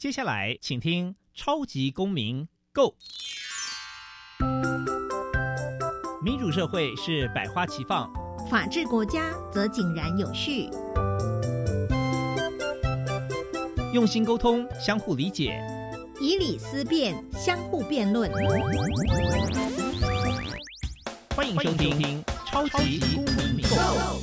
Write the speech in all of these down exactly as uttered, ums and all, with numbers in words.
接下来请听超级公民 Go。 民主社会是百花齐放， 法治国家则井然有序。 用心沟通，相互理解， 以理思辨，相互辩论。 欢迎收听超级公民 Go。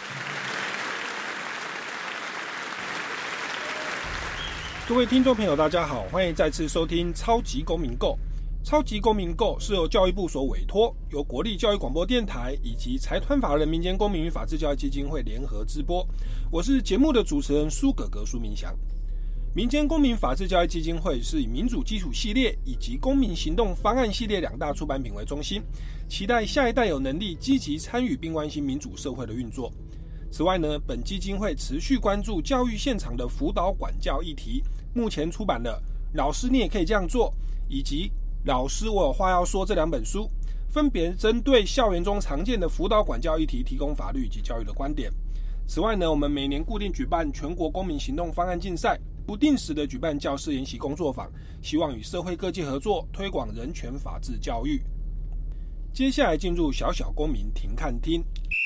各位听众朋友大家好，欢迎再次收听超级公民 Go。 超级公民 Go 是由教育部所委托，由国立教育广播电台以及财团法人民间公民与法治教育基金会联合直播。我是节目的主持人苏哥哥苏明祥。民间公民法治教育基金会是以民主基础系列以及公民行动方案系列两大出版品为中心，期待下一代有能力积极参与并关心民主社会的运作。此外呢，本基金会持续关注教育现场的辅导管教议题，目前出版了《老师你也可以这样做》以及《老师我有话要说》这两本书，分别针对校园中常见的辅导管教议题提供法律以及教育的观点。此外呢，我们每年固定举办全国公民行动方案竞赛，不定时的举办教师研习工作坊，希望与社会各界合作，推广人权法治教育。接下来进入小小公民停看听。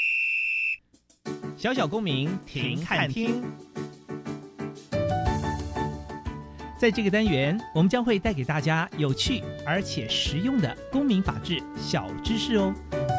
小小公民停看听。在这个单元，我们将会带给大家有趣而且实用的公民法治小知识哦。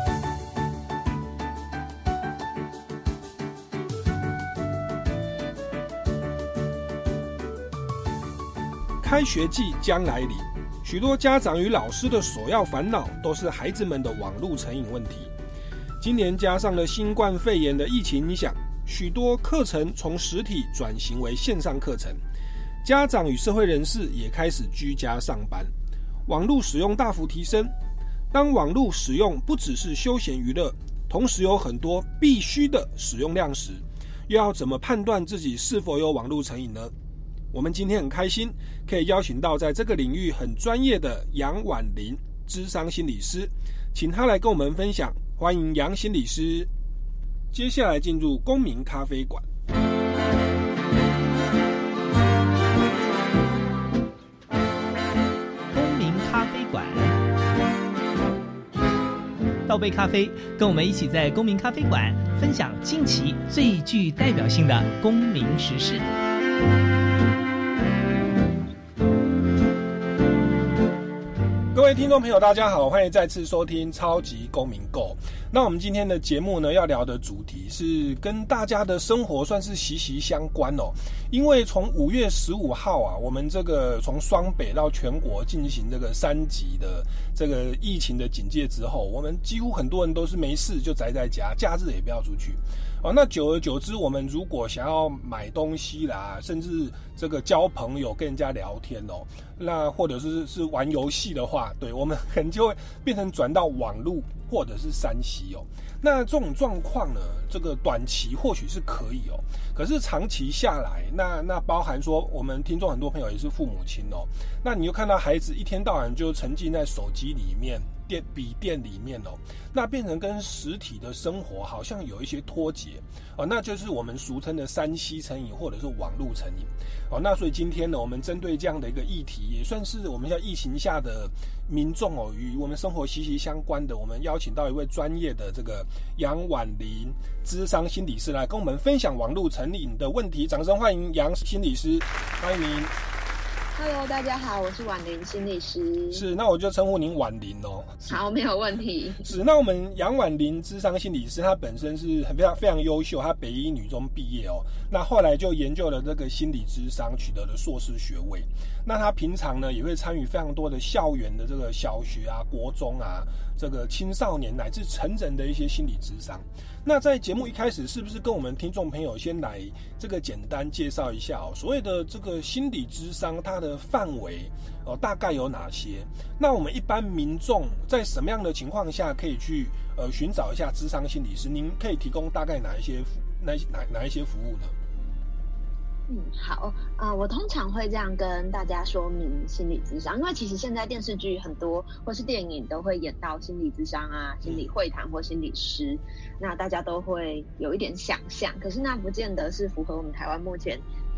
开学季将来临，许多家长与老师的首要烦恼都是孩子们的网络成瘾问题。今年加上了新冠肺炎的疫情影响，许多课程从实体转型为线上课程，家长与社会人士也开始居家上班，网络使用大幅提升。当网络使用不只是休闲娱乐，同时有很多必须的使用量时，又要怎么判断自己是否有网络成瘾呢？我们今天很开心可以邀请到在这个领域很专业的杨婉玲諮商心理师，请她来跟我们分享。欢迎杨心理师。接下来进入公民咖啡馆。 公民咖啡馆，倒杯咖啡，跟我们一起在公民咖啡馆分享近期最具代表性的公民时事。 各位听众朋友大家好，欢迎再次收听超级公民 Go。 那我们今天的节目呢，要聊的主题是跟大家的生活算是息息相关哦。因为从五月十五号啊，我们这个从双北到全国进行这个三级的这个疫情的警戒之后，我们几乎很多人都是没事就宅在家，假日也不要出去哦。那久而久之，我们如果想要买东西啦，甚至这个交朋友跟人家聊天哦，那或者是是玩游戏的话，对，我们可能就会变成转到网络或者是三 C 哦。那这种状况呢，这个短期或许是可以哦，可是长期下来，那那包含说我们听众很多朋友也是父母亲哦，那你就看到孩子一天到晚就沉浸在手机里面、电笔电里面哦，那变成跟实体的生活好像有一些脱节哦，那就是我们俗称的三 C 成瘾或者是网络成瘾哦。那所以今天呢，我们针对这样的一个议题，也算是我们在疫情下的民众哦，与我们生活息息相关的，我们邀请到一位专业的这个杨婉玲諮商心理师来跟我们分享网络成瘾的问题。掌声欢迎杨心理师，欢迎您。 Hello， 大家好，我是婉玲心理师。 是，那我就称呼您婉玲哦。 好，没有问题。 是，那我们杨婉玲諮商心理师，她本身是很非常非常优秀，她北医女中毕业哦。那后来就研究了这个心理諮商，取得了硕士学位。那她平常呢，也会参与非常多的校园的这个小学啊、国中啊、这个青少年乃至成人的一些心理諮商。那在节目一开始，是不是跟我们听众朋友先来这个简单介绍一下哦？所谓的这个心理諮商，它的范围哦大概有哪些？那我们一般民众在什么样的情况下可以去呃寻找一下諮商心理师？您可以提供大概哪一些哪哪哪一些服务呢？ 嗯，好啊、呃，我通常会这样跟大家说明心理諮商，因为其实现在电视剧很多或是电影都会演到心理諮商啊、心理会谈或心理师，那大家都会有一点想象，可是那不见得是符合我们台湾目前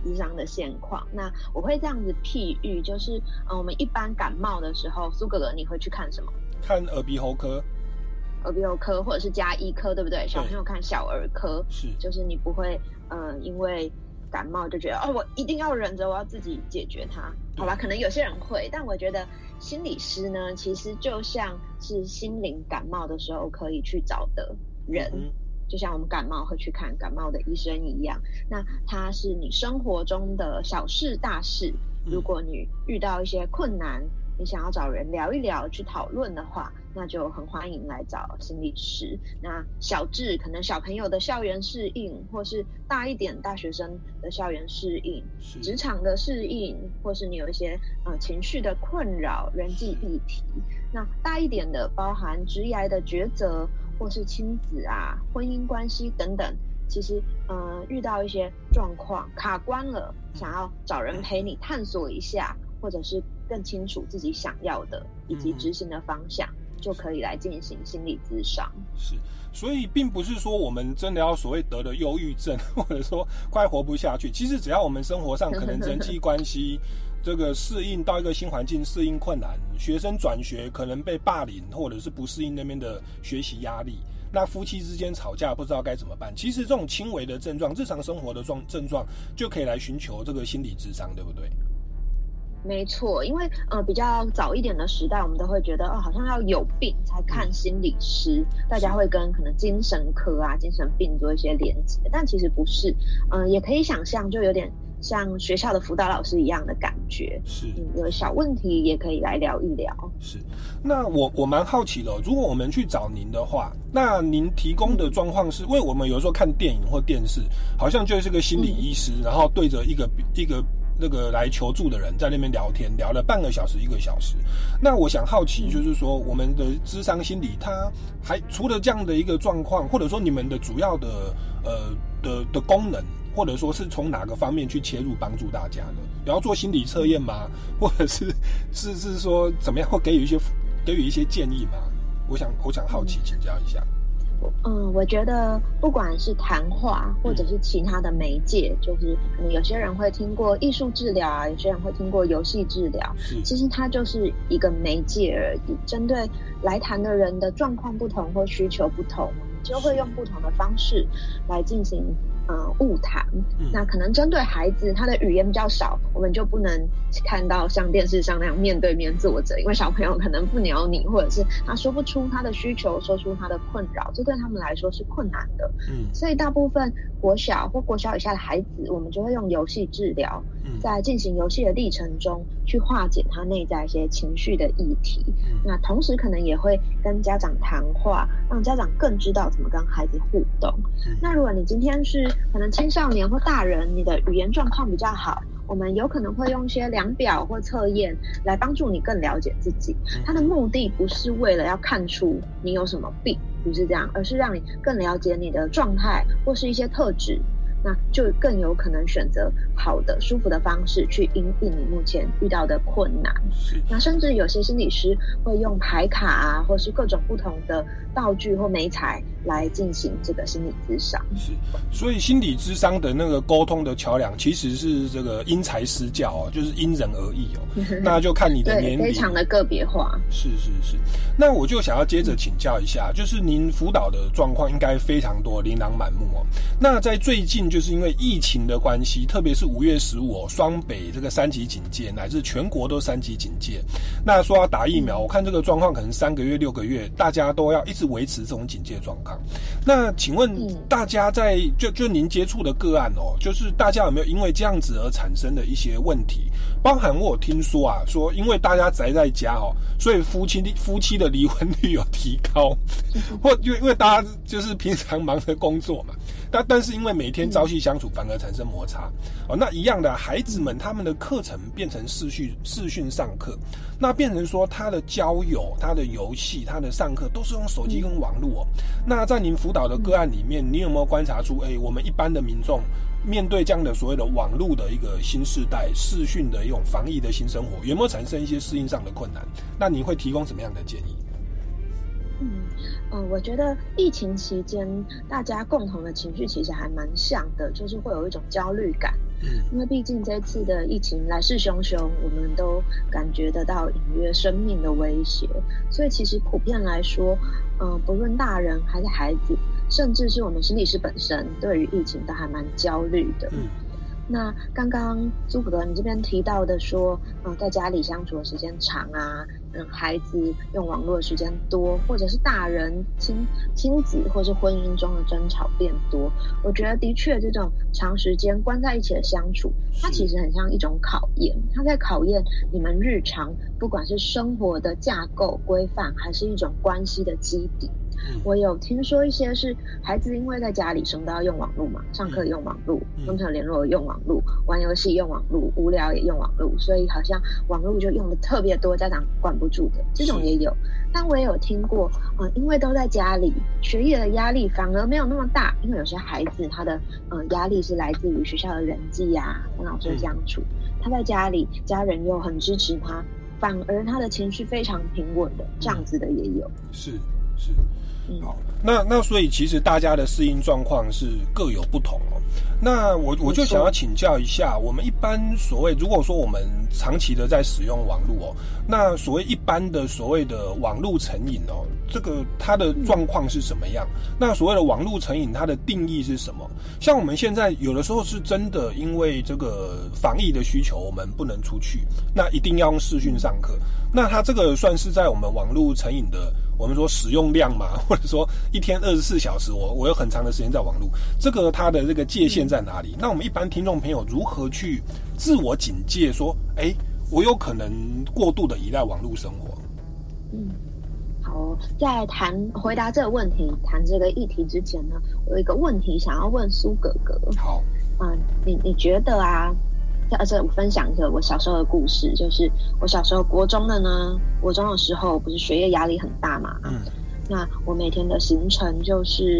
咨商的现况。那我会这样子譬喻，就是呃，我们一般感冒的时候，苏格格你会去看什么？ 看耳鼻喉科。 耳鼻喉科或者是家医科，对不对？小朋友看小儿科， 是， 就是你不会呃因为感冒就觉得哦，我一定要忍着，我要自己解决它，好吧？可能有些人会，但我觉得心理师呢，其实就像是心灵感冒的时候可以去找的人。嗯，就像我们感冒会去看感冒的医生一样，那它是你生活中的小事大事。如果你遇到一些困难，你想要找人聊一聊去讨论的话，那就很欢迎来找心理师。那小至可能小朋友的校园适应，或是大一点大学生的校园适应，职场的适应，或是你有一些呃情绪的困扰、人际议题。那大一点的包含职业的抉择，或是亲子啊、婚姻关系等等。其实呃遇到一些状况卡关了，想要找人陪你探索一下，或者是更清楚自己想要的以及执行的方向，嗯，就可以来进行心理咨商。 是，所以并不是说我们真的要所谓得了忧郁症，或者说快活不下去。其实只要我们生活上可能人际关系这个适应到一个新环境适应困难，学生转学可能被霸凌，或者是不适应那边的学习压力，那夫妻之间吵架不知道该怎么办。其实这种轻微的症状，日常生活的状症状就可以来寻求这个心理咨商，对不对？ 没错，因为呃比较早一点的时代，我们都会觉得哦，好像要有病才看心理师，嗯，大家会跟可能精神科啊、精神病做一些连结，但其实不是，嗯，呃，也可以想象，就有点像学校的辅导老师一样的感觉。是，嗯，有小问题也可以来聊一聊。 是，那我我蛮好奇的，哦，如果我们去找您的话，那您提供的状况是，因为我们有时候看电影或电视，好像就是个心理医师，嗯，然后对着一个一个。那个来求助的人在那边聊天，聊了半个小时一个小时。那我想好奇就是说，我们的諮商心理它还除了这样的一个状况，或者说你们的主要的呃的的功能，或者说是从哪个方面去切入帮助大家呢？然后做心理测验吗？或者是是是说怎么样，会给予一些给予一些建议吗？我想我想好奇请教一下。 嗯，我觉得不管是谈话或者是其他的媒介，嗯，就是可能有些人会听过艺术治疗啊，有些人会听过游戏治疗，其实它就是一个媒介而已。针对来谈的人的状况不同或需求不同，就会用不同的方式来进行呃晤谈。嗯，那可能针对孩子，他的语言比较少，我们就不能看到像电视上那样面对面坐着，因为小朋友可能不鸟你，或者是他说不出他的需求，说出他的困扰，这对他们来说是困难的。嗯，所以大部分国小或国小以下的孩子，我们就会用游戏治疗，嗯，在进行游戏的历程中去化解他内在一些情绪的议题。嗯，那同时可能也会跟家长谈话，让家长更知道怎么跟孩子互动。嗯，那如果你今天是可能青少年或大人，你的语言状况比较好，我们有可能会用一些量表或测验来帮助你更了解自己。它的目的不是为了要看出你有什么病，不是这样，而是让你更了解你的状态或是一些特质，那就更有可能选择好的舒服的方式去因应你目前遇到的困难。那甚至有些心理师会用牌卡啊，或是各种不同的道具或媒材来进行这个心理咨商。 是，所以心理咨商的那个沟通的桥梁其实是这个因材施教哦，就是因人而异哦。那就看你的年龄， 非常的个别化。 是是是。那我就想要接着请教一下，就是您辅导的状况应该非常多，琳琅满目哦。那在最近就是因为疫情的关系，特别是五月十五哦，双北这个三级警戒，乃至全国都三级警戒。那说要打疫苗，我看这个状况可能三个月、六个月，大家都要一直维持这种警戒状况。那请问大家在就就您接触的个案哦，就是大家有没有因为这样子而产生的一些问题？包含我有听说啊，说因为大家宅在家哦，所以夫妻夫妻的离婚率有提高，或因为因为大家就是平常忙着工作嘛，但但是因为每天朝夕相处，反而产生摩擦哦。那一样的，孩子们他们的课程变成视讯视讯上课，那变成说他的交友、他的游戏、他的上课都是用手机跟网络哦。那在您辅导的个案里面，你有没有观察出，哎，我们一般的民众面对这样的所谓的网络的一个新世代视讯的一种防疫的新生活，有没有产生一些适应上的困难？那你会提供什么样的建议？ 嗯嗯、呃，我觉得疫情期间大家共同的情绪其实还蛮像的，就是会有一种焦虑感， 嗯， 因为毕竟这次的疫情来势汹汹，我们都感觉得到隐约生命的威胁，所以其实普遍来说，嗯、呃，不论大人还是孩子，甚至是我们心理师本身，对于疫情都还蛮焦虑的。 嗯， 那刚刚苏普德你这边提到的说，呃，在家里相处的时间长啊，嗯，孩子用网络的时间多，或者是大人亲亲子或是婚姻中的争吵变多，我觉得的确这种长时间关在一起的相处，它其实很像一种考验，它在考验你们日常不管是生活的架构规范，还是一种关系的基底。我有听说一些是孩子因为在家里什么都要用网络嘛，上课用网络，跟朋友联络用网络，玩游戏用网络，无聊也用网络，所以好像网络就用的特别多，家长管不住的，这种也有。但我也有听过，呃，因为都在家里，学业的压力反而没有那么大，因为有些孩子他的呃压力是来自于学校的人际啊，跟老师的相处，他在家里家人又很支持他，反而他的情绪非常平稳的，这样子的也有。 是是。好，那那所以其实大家的适应状况是各有不同哦。那我我就想要请教一下，我们一般所谓如果说我们长期的在使用网络哦，那所谓一般的所谓的网络成瘾哦，这个它的状况是什么样？那所谓的网络成瘾，它的定义是什么？像我们现在有的时候是真的因为这个防疫的需求，我们不能出去，那一定要用视讯上课。那它这个算是在我们网络成瘾的，我们说使用量嘛，或者说一天二十四小时，我我有很长的时间在网络，这个它的这个界限在哪里？那我们一般听众朋友如何去自我警戒，说，哎，我有可能过度的依赖网络生活？ 嗯，好，在谈回答这个问题、谈这个议题之前呢，我有一个问题想要问苏哥哥。 好， 嗯，你你觉得啊？而且我分享一个我小时候的故事，就是我小时候国中的呢，国中的时候不是学业压力很大嘛，嗯，那我每天的行程就是，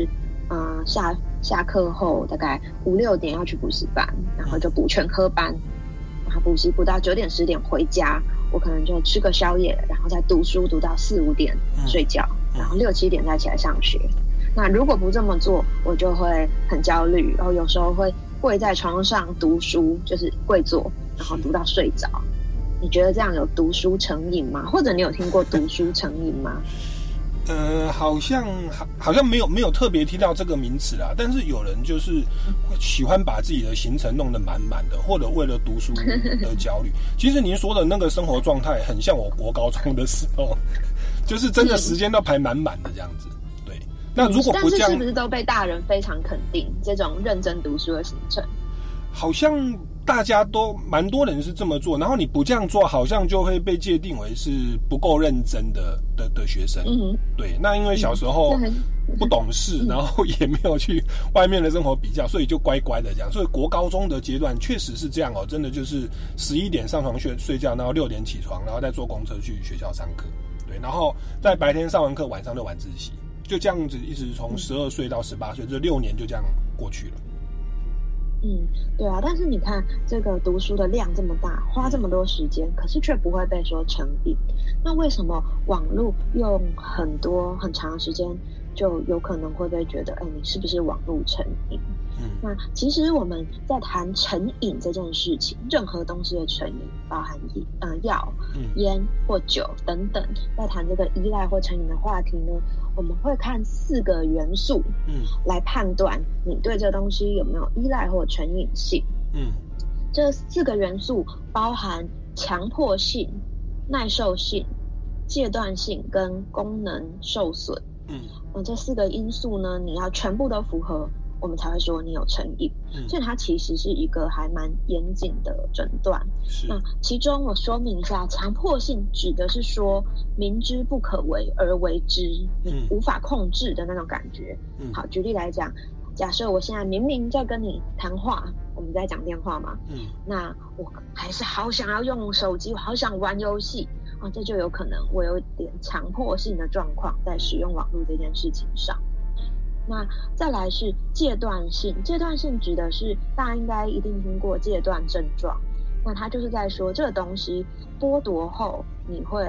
嗯、呃，下下课后大概五六点要去补习班，然后就补全科班，然后补习补到九点十点回家，我可能就吃个宵夜，然后再读书读到四五点睡觉，然后六七点再起来上学。那如果不这么做，我就会很焦虑，然后有时候会跪在床上读书，就是跪坐，然后读到睡着。你觉得这样有读书成瘾吗？或者你有听过读书成瘾吗？ 呃，好像好像没有没有特别提到这个名词啦，但是有人就是喜欢把自己的行程弄得满满的，或者为了读书而焦虑。其实您说的那个生活状态，很像我国高中的时候，就是真的时间都排满满的这样子。对，那如果不这样， 但是是不是都被大人非常肯定这种认真读书的行程？ 好像大家都蛮多人是这么做，然后你不这样做，好像就会被界定为是不够认真的的的学生。嗯，对。那因为小时候不懂事，嗯、然后也没有去外面的生活比较，所以就乖乖的这样。所以国高中的阶段确实是这样哦，真的就是十一点上床睡睡觉，然后六点起床，然后再坐公车去学校上课。对，然后在白天上完课，晚上就晚自习，就这样子一直从十二岁到十八岁，这六年就这样过去了。 嗯，对啊，但是你看这个读书的量这么大，花这么多时间，可是却不会被说成瘾。那为什么网络用很多很长的时间，就有可能会被觉得，哎，你是不是网络成瘾？嗯，那其实我们在谈成瘾这件事情，任何东西的成瘾，包含呃药、烟或酒等等，在谈这个依赖或成瘾的话题呢，我们会看四个元素，嗯，来判断你对这个东西有没有依赖或成瘾性。嗯，这四个元素包含强迫性、耐受性、戒断性跟功能受损。嗯，呃，这四个因素呢，你要全部都符合，我们才会说你有成瘾。嗯，所以它其实是一个还蛮严谨的诊断。是，那其中我说明一下，强迫性指的是说明知不可为而为之，嗯，无法控制的那种感觉。嗯，好，举例来讲，假设我现在明明在跟你谈话，我们在讲电话嘛，嗯，那我还是好想要用手机，我好想玩游戏。啊，这就有可能我有点强迫性的状况在使用网络这件事情上。那再来是戒断性，戒断性指的是大家应该一定听过戒断症状，那它就是在说这个东西剥夺后你会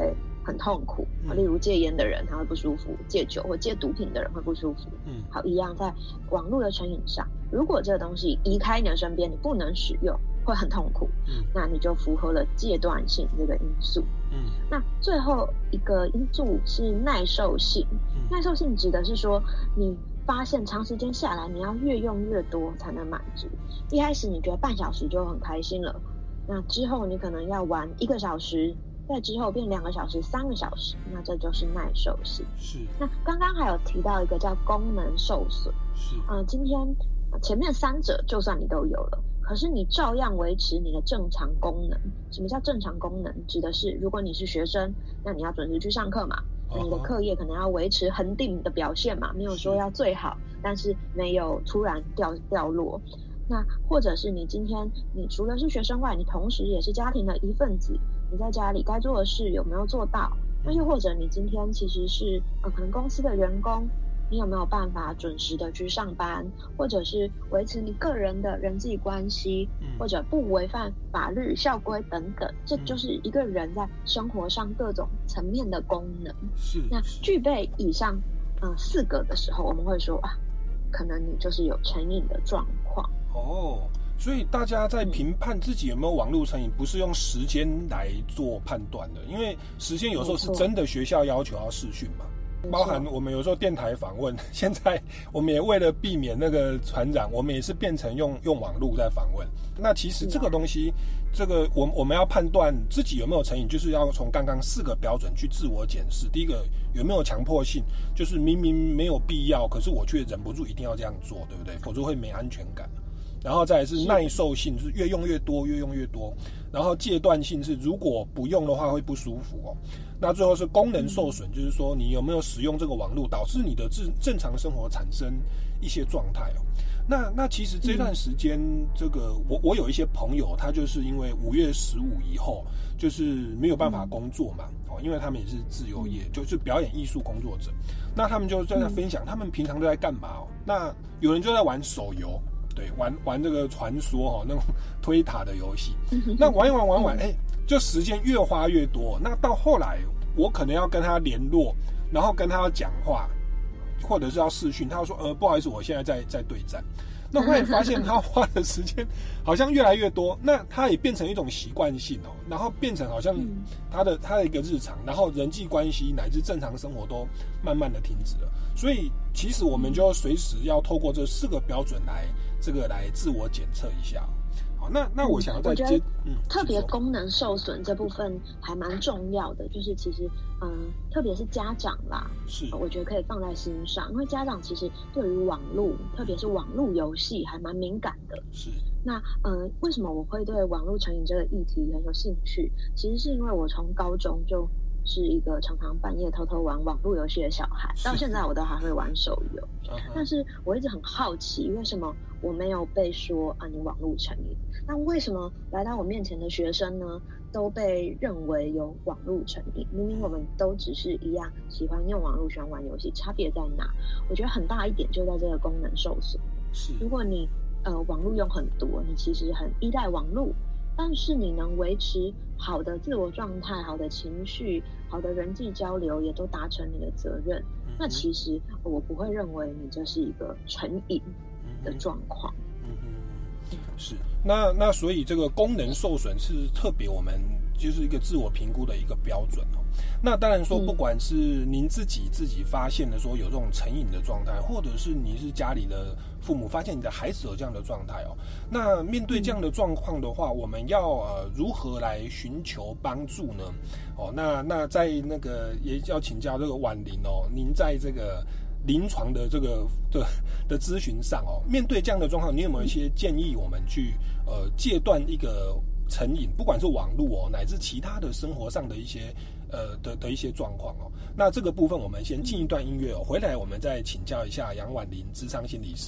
很痛苦。 嗯、 例如戒烟的人他会不舒服，戒酒或戒毒品的人会不舒服。 嗯， 好，一样在网络的成瘾上，如果这个东西移开你的身边，你不能使用，会很痛苦。 嗯， 那你就符合了戒断性这个因素。 嗯， 那最后一个因素是耐受性。 嗯、 耐受性指的是说，你发现长时间下来，你要越用越多才能满足。一开始你觉得半小时就很开心了，那之后你可能要玩一个小时，再之后变两个小时、三个小时，那这就是耐受性。 是。 那刚刚还有提到一个叫功能受损。 是。 啊、呃，今天前面三者就算你都有了，可是你照样维持你的正常功能。什么叫正常功能？指的是如果你是学生，那你要准时去上课嘛。那你的课业可能要维持恒定的表现嘛，没有说要最好，但是没有突然掉掉落。那或者是你今天你除了是学生外，你同时也是家庭的一份子，你在家里该做的事有没有做到？那又或者你今天其实是呃可能公司的员工，你有没有办法准时的去上班，或者是维持你个人的人际关系，或者不违反法律校规等等，这就是一个人在生活上各种层面的功能。 是。 那具备以上呃四个的时候，我们会说啊，可能你就是有成瘾的状况。 哦，所以大家在评判自己有没有网络成瘾，不是用时间来做判断的，因为时间有时候是真的学校要求要视讯嘛。包含我们有时候电台访问，现在我们也为了避免那个传染，我们也是变成用用网络在访问。那其实这个东西，这个我我们要判断自己有没有成瘾，就是要从刚刚四个标准去自我检视。第一个，有没有强迫性，就是明明没有必要，可是我却忍不住一定要这样做，对不对？否则会没安全感。然后再来是耐受性，是越用越多，越用越多。然后戒断性是如果不用的话会不舒服哦。那最后是功能受损，就是说你有没有使用这个网络，导致你的正正常生活产生一些状态哦。那那其实这段时间，这个我我有一些朋友，他就是因为五月十五以后，就是没有办法工作嘛，哦，因为他们也是自由业，就是表演艺术工作者。那他们就在那分享，他们平常都在干嘛哦？那有人就在玩手游。对，玩玩这个传说哈、哦，那种推塔的游戏，那玩一玩玩玩，哎、欸，就时间越花越多。那到后来，我可能要跟他联络，然后跟他要讲话，或者是要视讯，他说呃不好意思，我现在在在对战。那后来发现他花的时间好像越来越多，那他也变成一种习惯性哦，然后变成好像他的他的一个日常，然后人际关系乃至正常生活都慢慢的停止了。所以其实我们就随时要透过这四个标准来这个来自我检测一下。好，那那我想要再接， 嗯，特别功能受损这部分还蛮重要的，就是其实，嗯、呃，特别是家长啦， 是， 我觉得可以放在心上，因为家长其实对于网络，特别是网络游戏还蛮敏感的。 是， 那呃，为什么我会对网络成瘾这个议题很有兴趣？其实是因为我从高中就是一个常常半夜偷偷玩网络游戏的小孩，到现在我都还会玩手游。Uh-huh. 但是我一直很好奇，为什么我没有被说啊你网络成瘾？那为什么来到我面前的学生呢，都被认为有网络成瘾？明明我们都只是一样喜欢用网络、喜欢玩游戏，差别在哪？我觉得很大一点就在这个功能受损。 是， 如果你呃网络用很多，你其实很依赖网络，但是你能维持好的自我状态、好的情绪、好的人际交流，也都达成你的责任。嗯、那其实我不会认为你这是一个成瘾的状况。 嗯嗯，是。那那所以这个功能受损是特别我们就是一个自我评估的一个标准哦。那当然说，不管是您自己自己发现的说有这种成瘾的状态，或者是你是家里的父母发现你的孩子有这样的状态哦，那面对这样的状况的话，我们要呃如何来寻求帮助呢？哦，那那在那个也要请教这个婉玲哦，您在这个临床的这个的的咨询上哦，面对这样的状况，你有没有一些建议我们去呃戒断一个成瘾，不管是网络哦，乃至其他的生活上的一些呃的的一些状况哦？那这个部分我们先进一段音乐哦，回来我们再请教一下杨婉玲諮商心理师。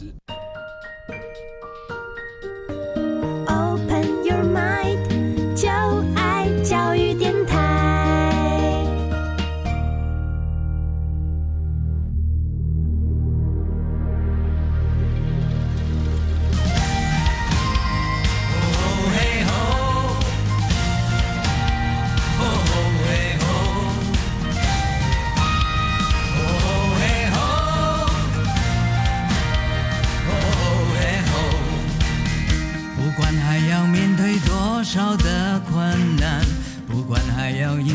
Open your mind， 就爱教育电台。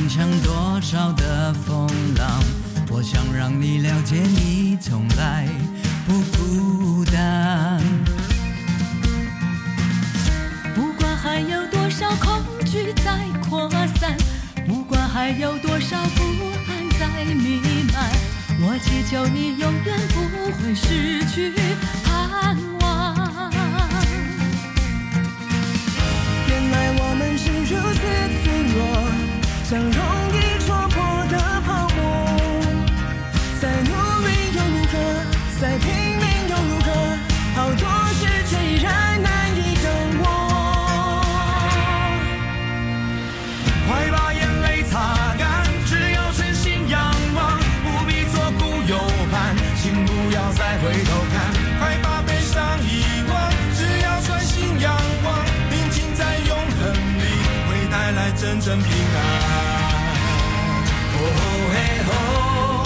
影响多少的风浪，我想让你了解你从来不孤单。 不管还有多少恐惧在扩散，不管还有多少不安在弥漫，我祈求你永远不会失去盼望。 原来我们是如此脆弱，像容易戳破的泡沫，再努力又如何，再拼命又如何，好多事却依然难以掌握。快把眼泪擦干，只要全心仰望，不必左顾右盼，请不要再回头看。快把悲伤遗忘，只要专心仰望，宁静在永恒里会带来真正平安。哦嘿吼，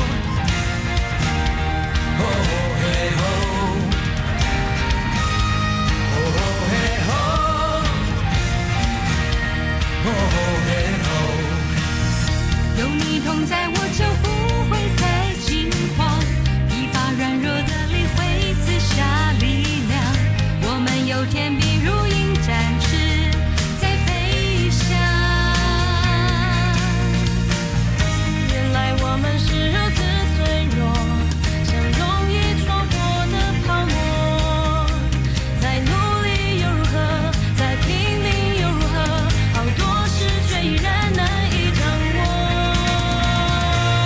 哦嘿吼，哦嘿吼，哦嘿吼。 有你同在，我就不会再惊慌，疲乏软弱的灵会赐下力量。我们有天必如鹰展翅在飞翔。原来我们是如此脆弱，像容易戳破的泡沫，再努力又如何，再拼命又如何，好多事却依然难以掌握。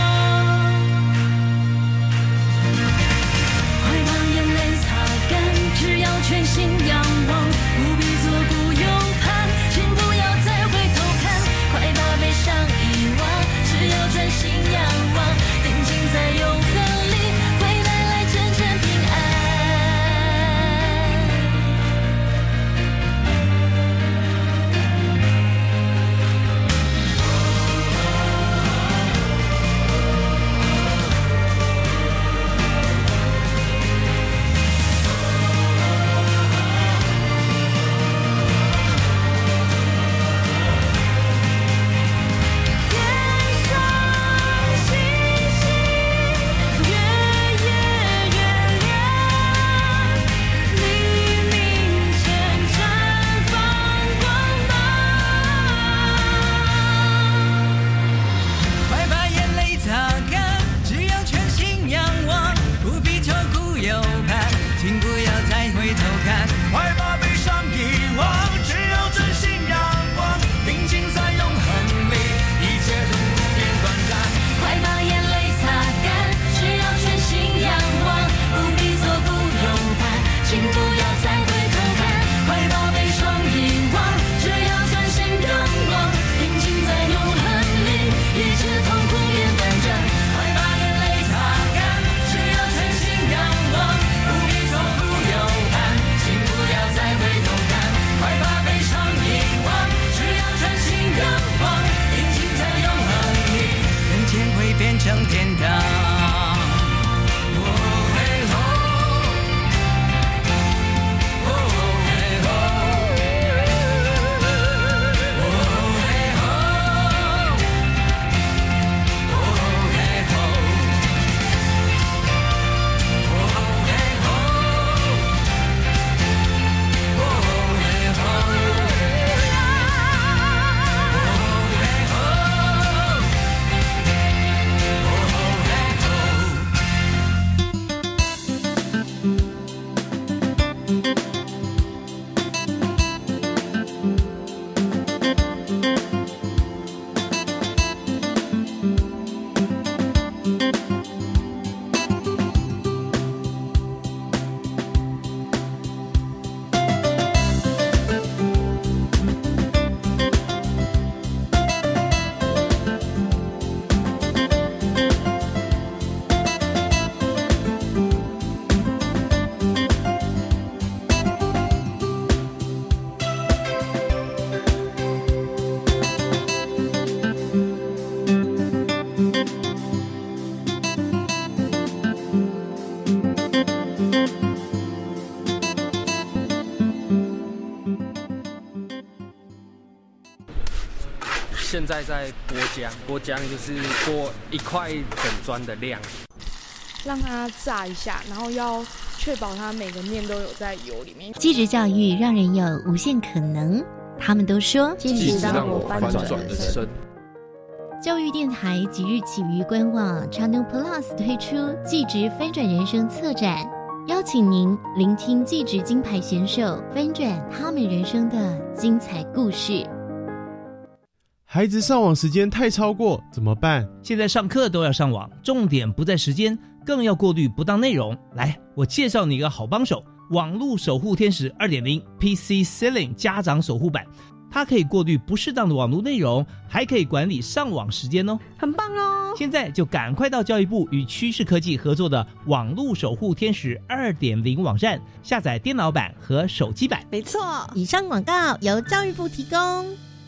现在在剥浆，剥浆就是剥一块整砖的量， 让它炸一下，然后要确保它每个面都有在油里面。 技职教育让人有无限可能，他们都说技职让我翻转人生。 教育电台即日起于官网 Channel Plus 推出技职翻转人生策展，邀请您聆听技职金牌选手翻转他们人生的精彩故事。 孩子上网时间太超过怎么办？ 现在上课都要上网，重点不在时间，更要过滤不当内容。来，我介绍你一个好帮手，网络守护天使 二点零 P C Ceiling 家长守护版，它可以过滤不适当的网络内容，还可以管理上网时间哦， 很棒哦！ 现在就赶快到教育部与趋势科技合作的网络守护天使 二点零 网站下载电脑版和手机版。 没错， 以上广告由教育部提供。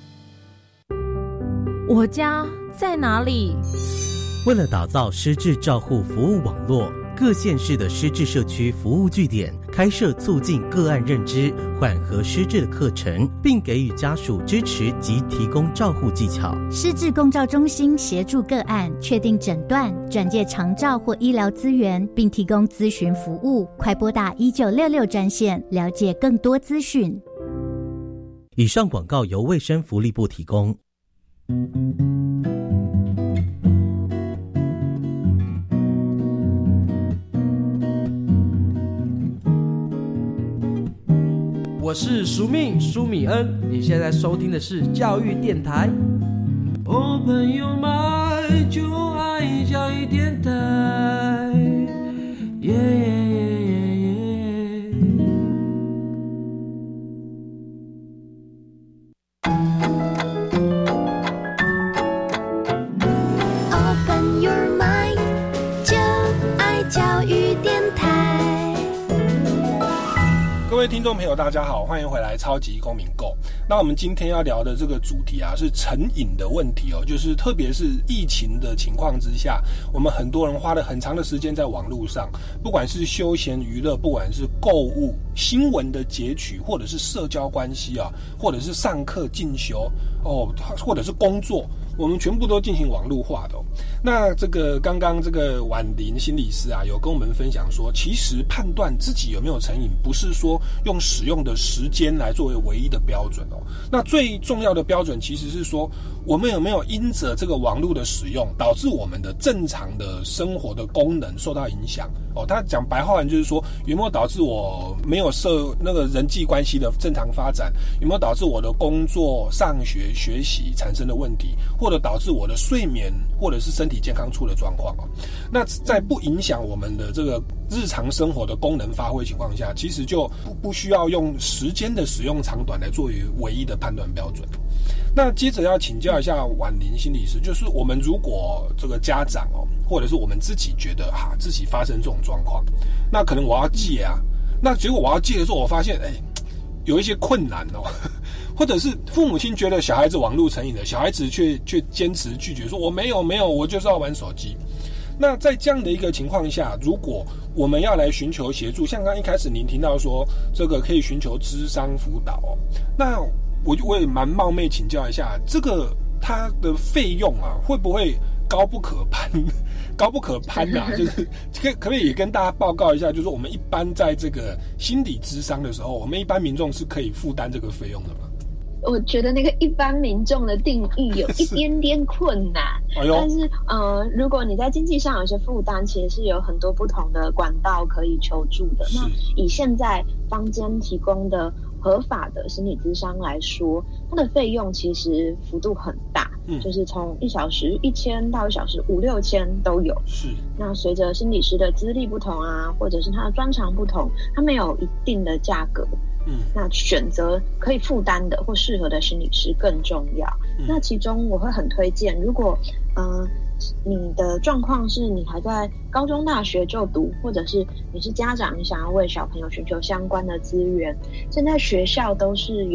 我家在哪里？ 为了打造失智照护服务网络，各县市的失智社区服务据点开设促进个案认知、缓和失智的课程，并给予家属支持及提供照护技巧。 失智共照中心协助个案确定诊断、转介长照或医疗资源，并提供咨询服务。快拨打一九六六专线了解更多资讯。 以上广告由卫生福利部提供。 我是苏命苏米恩，你现在收听的是教育电台。Open your mind， 就爱教育电台。耶耶耶耶耶。 Open your mind， 就爱教育电台。 各位听众朋友大家好，欢迎回来超级公民购。那我们今天要聊的这个主题啊，是成瘾的问题哦，就是特别是疫情的情况之下，我们很多人花了很长的时间在网络上，不管是休闲娱乐，不管是购物、新闻的截取，或者是社交关系啊，或者是上课进修哦，或者是工作，我们全部都进行网络化的哦。那这个刚刚这个婉玲心理师啊，有跟我们分享说，其实判断自己有没有成瘾，不是说用使用的时间来作为唯一的标准哦。那最重要的标准其实是说，我们有没有因着这个网络的使用，导致我们的正常的生活的功能受到影响哦。他讲白话文就是说，有没有导致我没有设那个人际关系的正常发展，有没有导致我的工作、上学、学习产生的问题，或者导致我的睡眠或者是身体健康出了状况哦。那在不影响我们的这个日常生活的功能发挥情况下，其实就不不需要用时间的使用长短来作为唯一的判断标准。那接着要请教一下婉玲心理师，就是我们如果这个家长哦，或者是我们自己觉得哈、啊、自己发生这种状况，那可能我要戒啊，那结果我要戒的时候，我发现哎有一些困难哦，或者是父母亲觉得小孩子网络成瘾了，小孩子却却坚持拒绝说我没有没有，我就是要玩手机。那在这样的一个情况下，如果我们要来寻求协助，像刚刚一开始您听到说这个可以寻求諮商輔導哦，那我我也蛮冒昧请教一下，这个它的费用啊，会不会高不可攀？高不可攀啊！就是可可不可以也跟大家报告一下，就是我们一般在这个心理諮商的时候，我们一般民众是可以负担这个费用的吗？ 我觉得那个一般民众的定义有一点点困难，哎、但是呃，如果你在经济上有些负担，其实是有很多不同的管道可以求助的。那以现在坊间提供的合法的心理咨商来说，它的费用其实幅度很大，嗯、就是从一小时一千到一小时五六千都有。是。那随着心理师的资历不同啊，或者是他的专长不同，他们有一定的价格。嗯，那选择可以负担的或适合的心理师更重要。嗯、那其中我会很推荐，如果呃你的状况是你还在高中大学就读，或者是你是家长，你想要为小朋友寻求相关的资源，现在学校都是有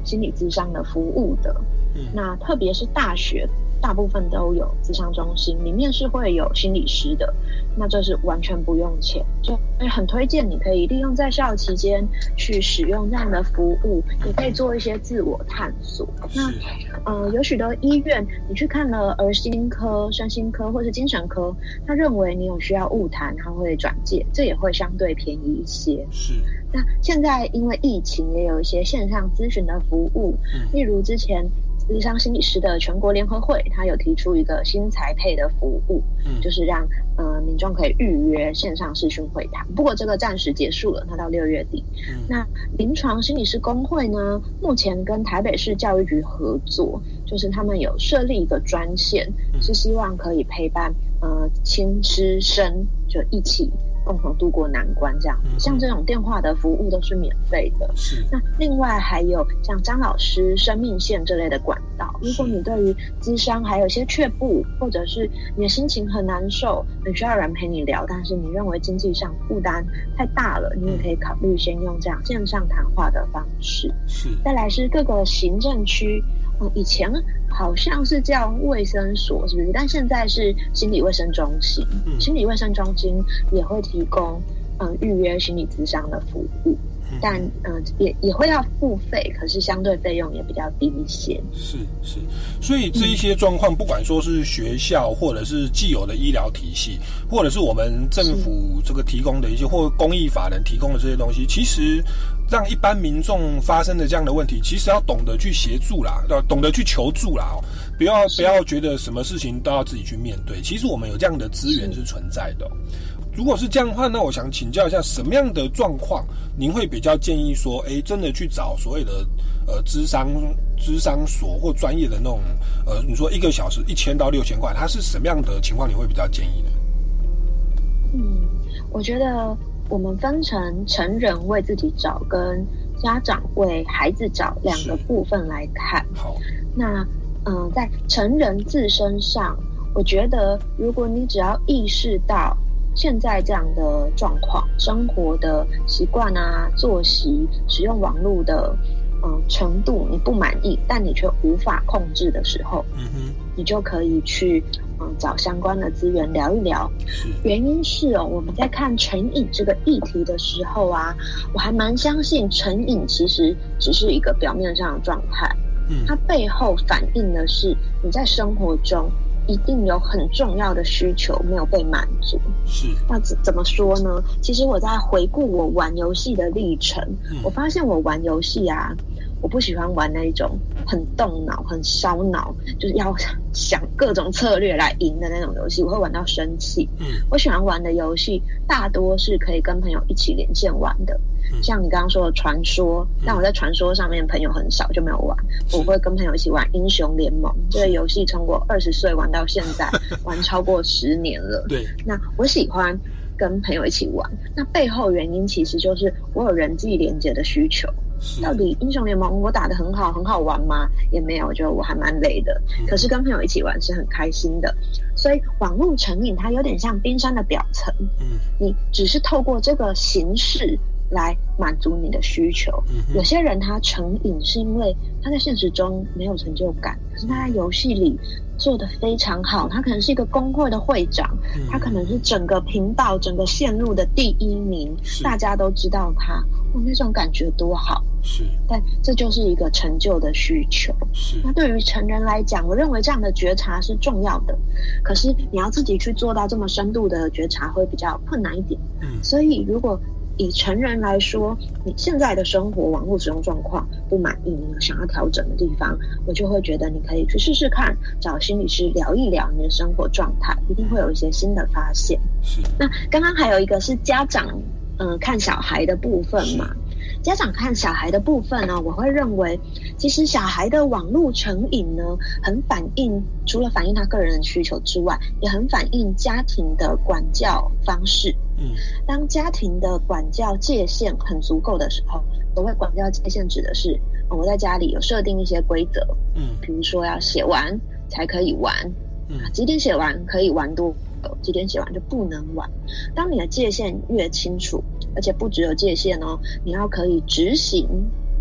心理咨商的服务的。嗯，那特别是大学，大部分都有咨商中心，里面是会有心理师的，那这是完全不用钱，就很推荐你可以利用在校期间去使用这样的服务，也可以做一些自我探索。那呃，有许多医院，你去看了儿心科、身心科或是精神科，他认为你有需要晤谈，他会转介，这也会相对便宜一些。 是。 那现在因为疫情，也有一些线上咨询的服务，嗯、例如之前諮商心理师的全国联合会，他有提出一个新才配的服务，嗯、就是让呃民众可以预约线上视讯会谈。不过这个暂时结束了，它到六月底。嗯、那临床心理师公会呢，目前跟台北市教育局合作，就是他们有设立一个专线，嗯、是希望可以陪伴呃亲师生就一起共同度过难关，这样、嗯、像这种电话的服务都是免费的。是。那另外还有像张老师生命线这类的管道，如果你对于諮商还有一些却步，或者是你的心情很难受，很需要人陪你聊，但是你认为经济上负担太大了，你也可以考虑先用这样线上谈话的方式。是。再来是各个行政区，嗯，以前好像是叫卫生所，是不是？但现在是心理卫生中心。嗯、心理卫生中心也会提供嗯预约心理咨商的服务，嗯、但嗯也也会要付费，可是相对费用也比较低一些。 是是，所以这一些状况，不管说是学校，或者是既有的医疗体系，或者是我们政府这个提供的一些，或公益法人提供的这些东西，其实让一般民众发生的这样的问题，其实要懂得去协助啦，要懂得去求助啦，不要不要觉得什么事情都要自己去面对。其实我们有这样的资源是存在的。如果是这样的话，那我想请教一下，什么样的状况您会比较建议说，哎，真的去找所谓的呃諮商諮商所或专业的那种呃，你说一个小时一千到六千块，它是什么样的情况你会比较建议呢？ 嗯，我觉得我们分成成人为自己找跟家长为孩子找两个部分来看。好，那嗯、呃，在成人自身上，我觉得如果你只要意识到现在这样的状况，生活的习惯啊、作息、使用网络的嗯、呃、程度你不满意，但你却无法控制的时候，嗯哼，你就可以去嗯找相关的资源聊一聊。原因是哦，我们在看成瘾这个议题的时候啊，我还蛮相信成瘾其实只是一个表面上的状态，嗯，它背后反映的是你在生活中一定有很重要的需求没有被满足。是，那怎怎么说呢？其实我在回顾我玩游戏的历程，嗯、我发现我玩游戏啊，我不喜欢玩那种很动脑、很烧脑，就是要想各种策略来赢的那种游戏，我会玩到生气。嗯，我喜欢玩的游戏大多是可以跟朋友一起连线玩的。像你刚刚说的传说，但我在传说上面朋友很少，就没有玩。我会跟朋友一起玩英雄联盟这个游戏，从我二十岁玩到现在，玩超过十年了。对，那我喜欢跟朋友一起玩，那背后原因其实就是我有人际连接的需求。到底英雄联盟我打得很好，很好玩吗？也没有，我觉得我还蛮累的。可是跟朋友一起玩是很开心的。所以网络成瘾它有点像冰山的表层，嗯，你只是透过这个形式来满足你的需求。嗯、有些人他成瘾是因为他在现实中没有成就感，可是他在游戏里做得非常好。他可能是一个工会的会长，嗯、他可能是整个频道、整个线路的第一名，大家都知道他，哇，那种感觉多好。是，但这就是一个成就的需求。是，那对于成人来讲，我认为这样的觉察是重要的。可是你要自己去做到这么深度的觉察，会比较困难一点。嗯，所以如果以成人来说，你现在的生活网络使用状况不满意，你有想要调整的地方，我就会觉得你可以去试试看，找心理师聊一聊你的生活状态，一定会有一些新的发现。是，那刚刚还有一个是家长嗯、呃、看小孩的部分嘛。家长看小孩的部分呢，我会认为其实小孩的网络成瘾呢，很反映除了反映他个人的需求之外，也很反映家庭的管教方式。嗯，当家庭的管教界限很足够的时候，所谓管教界限指的是我在家里有设定一些规则，嗯，比如说要写完才可以玩，嗯，几点写完可以玩多久，几点写完就不能玩。当你的界限越清楚，而且不只有界限哦，你要可以执行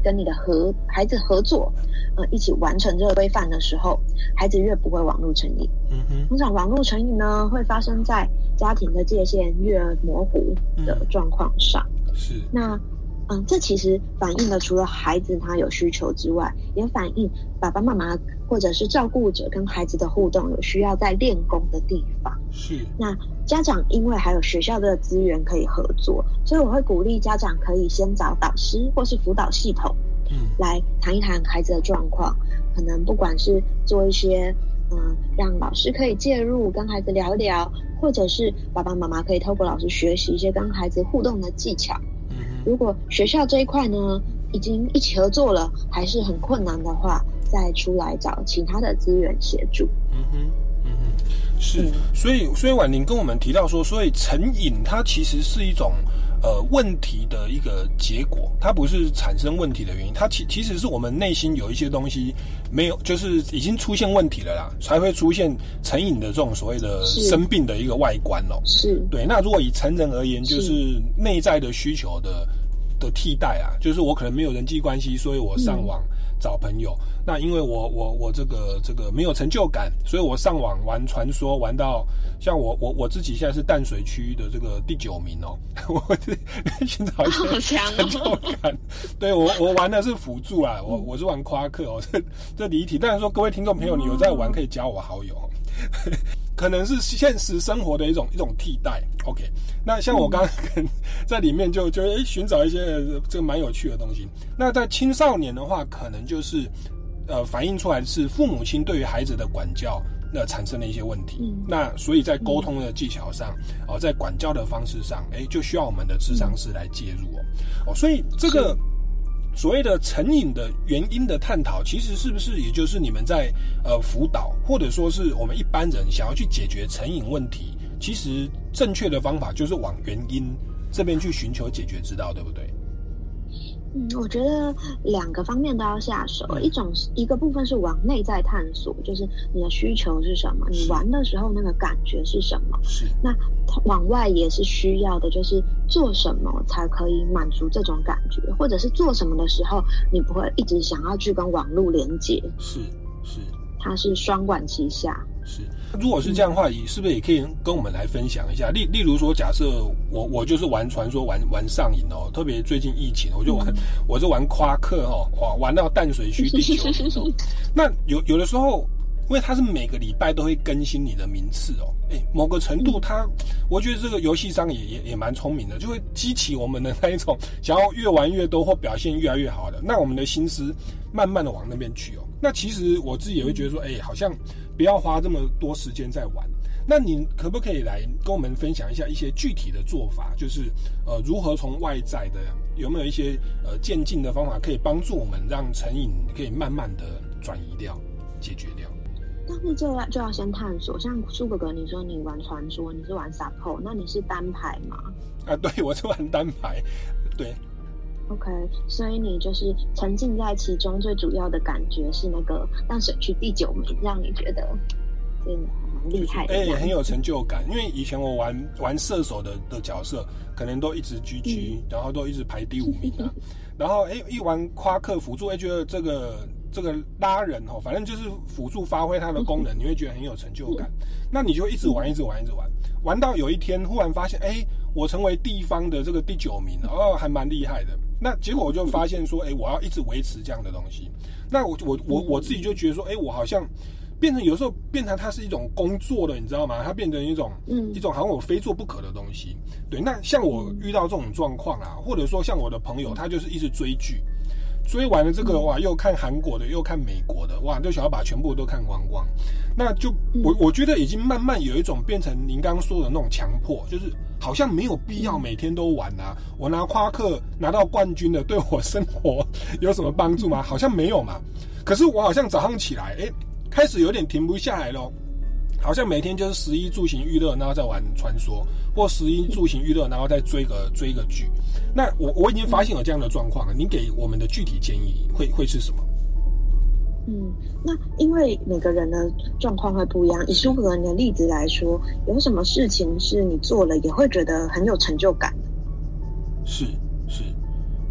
跟你的合孩子合作，呃，一起完成这个规范的时候，孩子越不会网络成瘾。嗯哼，通常网络成瘾呢，会发生在家庭的界限越模糊的状况上。嗯、是，那。嗯，这其实反映了除了孩子他有需求之外，也反映爸爸妈妈或者是照顾者跟孩子的互动有需要在练功的地方。是，那家长因为还有学校的资源可以合作，所以我会鼓励家长可以先找导师或是辅导系统，嗯，来谈一谈孩子的状况，可能不管是做一些嗯，让老师可以介入跟孩子聊一聊，或者是爸爸妈妈可以透过老师学习一些跟孩子互动的技巧。如果学校这一块呢已经一起合作了，还是很困难的话，再出来找其他的资源协助。嗯哼， 嗯哼，是，嗯、所以所以婉玲跟我们提到说，所以成瘾它其实是一种呃问题的一个结果，它不是产生问题的原因，它其其实是我们内心有一些东西没有，就是已经出现问题了啦，才会出现成瘾的这种所谓的生病的一个外观哦。是，对。那如果以成人而言，就是内在的需求的。的替代啊，就是我可能没有人际关系，所以我上网找朋友。嗯、那因为我我我这个这个没有成就感，所以我上网玩传说，玩到像我我我自己现在是淡水区的这个第九名哦，我寻找一些成就感。哦、对我我玩的是辅助啊，我我是玩夸克哦，这这离题。但是说各位听众朋友，你有在玩可以加我好友。可能是现实生活的一种一种替代 ，OK。那像我刚刚在里面就就诶寻找一些这个蛮有趣的东西。那在青少年的话，可能就是呃反映出来的是父母亲对于孩子的管教那产生了一些问题。嗯、那所以在沟通的技巧上，哦、呃，在管教的方式上，诶就需要我们的諮商师来介入哦。哦，所以这个。所谓的成瘾的原因的探讨，其实是不是也就是你们在呃辅导，或者说是我们一般人想要去解决成瘾问题，其实正确的方法就是往原因这边去寻求解决之道，对不对？ 嗯，我觉得两个方面都要下手。嗯、一种一个部分是往内在探索，就是你的需求是什么，你玩的时候那个感觉是什么。是。那往外也是需要的，就是做什么才可以满足这种感觉，或者是做什么的时候，你不会一直想要去跟网络连接。是是，它是双管齐下。 是，如果是这样的话，嗯、是不是也可以跟我们来分享一下？例例如说，假设我我就是玩传说玩玩上瘾哦，特别最近疫情，我就玩、嗯、我就玩夸克哦，哇，玩到淡水区第九名哦。那有有的时候，因为它是每个礼拜都会更新你的名次哦，哎，某个程度它，我觉得这个游戏商也也也蛮聪明的，就会激起我们的那一种想要越玩越多或表现越来越好的，那我们的心思慢慢的往那边去哦。那其实我自己也会觉得说，哎，好像不要花这么多时间在玩。那你可不可以来跟我们分享一下一些具体的做法，就是呃如何从外在的有没有一些呃渐进的方法，可以帮助我们让成瘾可以慢慢的转移掉、解决掉？ 但是这要就要先探索，像苏哥哥，你说你玩传说，你是玩 support， 那你是单排吗？ 啊，对，我是玩单排，对。 OK， 所以你就是沉浸在其中，最主要的感觉是那个淡水区第九名，让你觉得真的蛮厉害的， 哎、欸，很有成就感。因为以前我玩玩射手的的角色，可能都一直 G G，、嗯、然后都一直排第五名啊。然后哎、欸，一玩夸克辅助，哎、欸，觉得这个这个拉人哦，反正就是辅助发挥它的功能，你会觉得很有成就感。嗯、那你就一直玩，一直玩，一直玩，玩到有一天忽然发现，哎、欸，我成为地方的这个第九名，哦，还蛮厉害的。那结果我就发现说，哎、欸，我要一直维持这样的东西。那我我我我自己就觉得说，哎、欸，我好像变成有时候变成它是一种工作了，你知道吗？它变成一种嗯一种好像我非做不可的东西。对，那像我遇到这种状况啊，或者说像我的朋友，他就是一直追剧，追完了这个哇，又看韩国的，又看美国的，哇，就想要把全部都看光光。那就我我觉得已经慢慢有一种变成您刚刚说的那种强迫，就是好像没有必要每天都玩啊。我拿夸克拿到冠军的，对我生活有什么帮助吗？好像没有嘛。可是我好像早上起来，哎、欸，开始有点停不下来咯。好像每天就是食衣住行娱乐，然后再玩传说，或食衣住行娱乐，然后再追个追个剧。那我我已经发现有这样的状况了，您给我们的具体建议会会是什么？ 嗯，那因为每个人的状况会不一样。以苏格人的例子来说，有什么事情是你做了也会觉得很有成就感的？ 是是，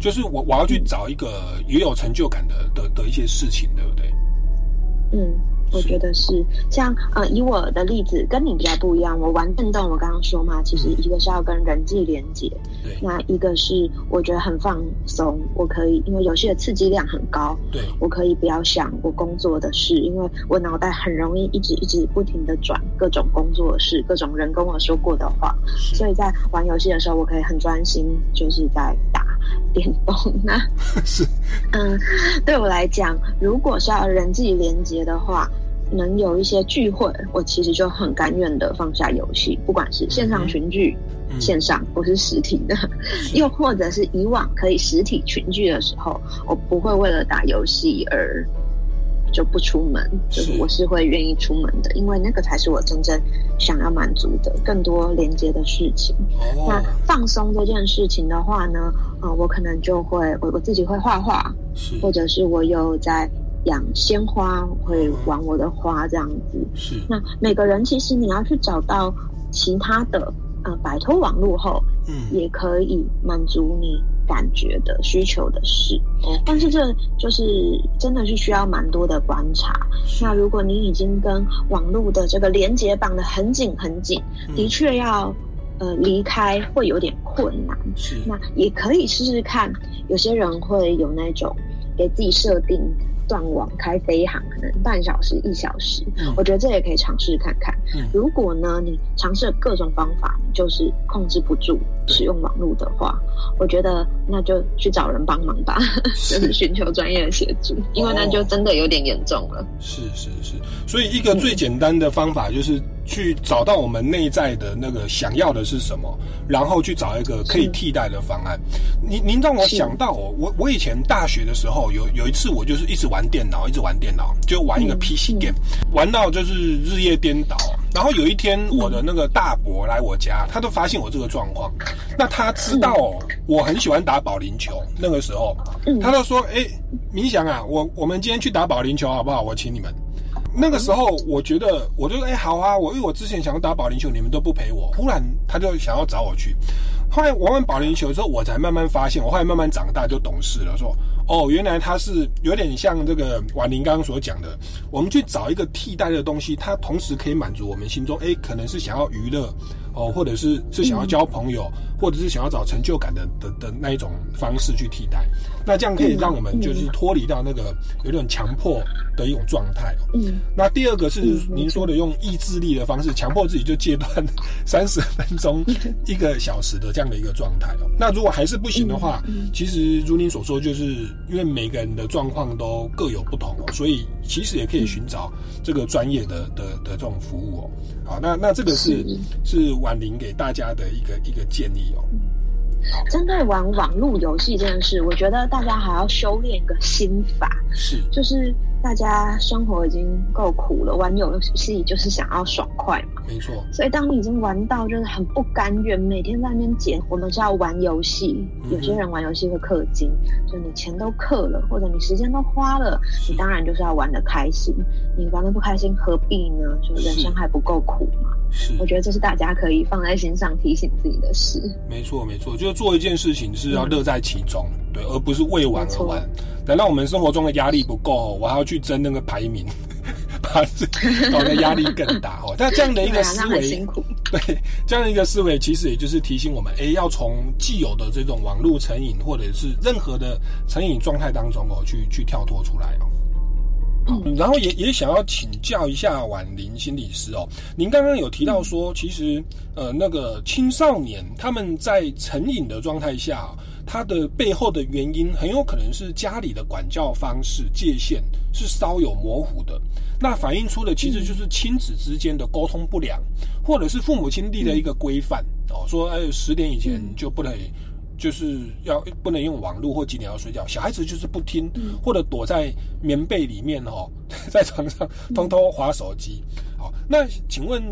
就是我我要去找一个也有成就感的的的一些事情，对不对？ 嗯，我觉得是像呃，以我的例子跟你比较不一样。我玩电动，我刚刚说嘛，其实一个是要跟人际连接， 对， 那一个是我觉得很放松，我可以因为游戏的刺激量很高， 对， 我可以不要想我工作的事，因为我脑袋很容易一直一直不停的转各种工作的事，各种人跟我说过的话，所以在玩游戏的时候，我可以很专心，就是在打电动。那是， 嗯，对我来讲，如果是要人际连接的话，能有一些聚会，我其实就很甘愿的放下游戏，不管是线上群聚、嗯、线上不是实体的，又或者是以往可以实体群聚的时候，我不会为了打游戏而就不出门，就是我是会愿意出门的，因为那个才是我真正想要满足的更多连接的事情。哦、那放松这件事情的话呢，呃，我可能就会我我自己会画画，或者是我有在养鲜花，会玩我的花这样子。 是。那每个人其实你要去找到其他的呃摆脱网络后，嗯，也可以满足你感觉的需求的事。Okay. 但是这就是真的是需要蛮多的观察。那如果你已经跟网络的这个连结绑得很紧很紧，嗯、的确要呃离开会有点困难。 是。 那也可以试试看，有些人会有那种给自己设定断网开飞航，可能半小时一小时、嗯、我觉得这也可以尝试看看、嗯、如果呢你尝试了各种方法，你就是控制不住使用网络的话，我觉得那就去找人帮忙吧，就是寻求专业的协助，因为那就真的有点严重了。 是是是，所以一个最简单的方法就是去找到我们内在的那个想要的是什么，然后去找一个可以替代的方案。您您让我想到哦，我我以前大学的时候有有一次我就是一直玩电脑，一直玩电脑，就玩一个 P C game，、嗯、玩到就是日夜颠倒。然后有一天我的那个大伯来我家，他都发现我这个状况。那他知道哦，我很喜欢打保龄球，那个时候，他就说：“哎，明祥啊，我我们今天去打保龄球好不好？我请你们。”那个时候我觉得，我就哎、欸、好啊，我因为我之前想要打保龄球，你们都不陪我，忽然他就想要找我去。后来玩完保龄球之后，我才慢慢发现，我后来慢慢长大就懂事了，说哦，原来他是有点像这个婉玲刚刚所讲的，我们去找一个替代的东西，它同时可以满足我们心中哎、欸、可能是想要娱乐哦，或者是是想要交朋友，嗯、或者是想要找成就感的的的那一种方式去替代。那这样可以让我们就是脱离到那个有点强迫的一种状态。嗯，那第二个是您说的用意志力的方式强迫自己就戒断三十分钟、一个小时的这样的一个状态哦。那如果还是不行的话，其实如您所说，就是因为每个人的状况都各有不同哦，所以其实也可以寻找这个专业的的的这种服务哦。好，那那这个是是婉玲给大家的一个一个建议哦。 针对玩网络游戏这件事，我觉得大家还要修炼一个心法， 是就是大家生活已经够苦了，玩游戏就是想要爽快嘛， 没错。 所以当你已经玩到就是很不甘愿，每天在那边捡，我们是要玩游戏。有些人玩游戏会氪金，就你钱都氪了，或者你时间都花了，你当然就是要玩得开心。你玩得不开心，何必呢？就人生还不够苦嘛。 是， 我觉得这是大家可以放在心上提醒自己的事。 没错，没错，就是做一件事情是要乐在其中，嗯、对，而不是为玩而玩。等到我们生活中的压力不够，我还要去争那个排名，把搞得压力更大哦。但这样的一个思维， 辛苦。 对，这样的一个思维，其实也就是提醒我们，哎，要从既有的这种网络成瘾或者是任何的成瘾状态当中哦，去去跳脱出来哦。嗯、然后也也想要请教一下婉玲心理师哦，您刚刚有提到说，其实呃那个青少年他们在成瘾的状态下，他的背后的原因很有可能是家里的管教方式界限是稍有模糊的，那反映出的其实就是亲子之间的沟通不良，或者是父母亲立的一个规范哦，说哎十点以前就不能。就是要不能用网络或几点要睡觉，小孩子就是不听，嗯、或者躲在棉被里面哦，在床上偷偷滑手机。好，那请问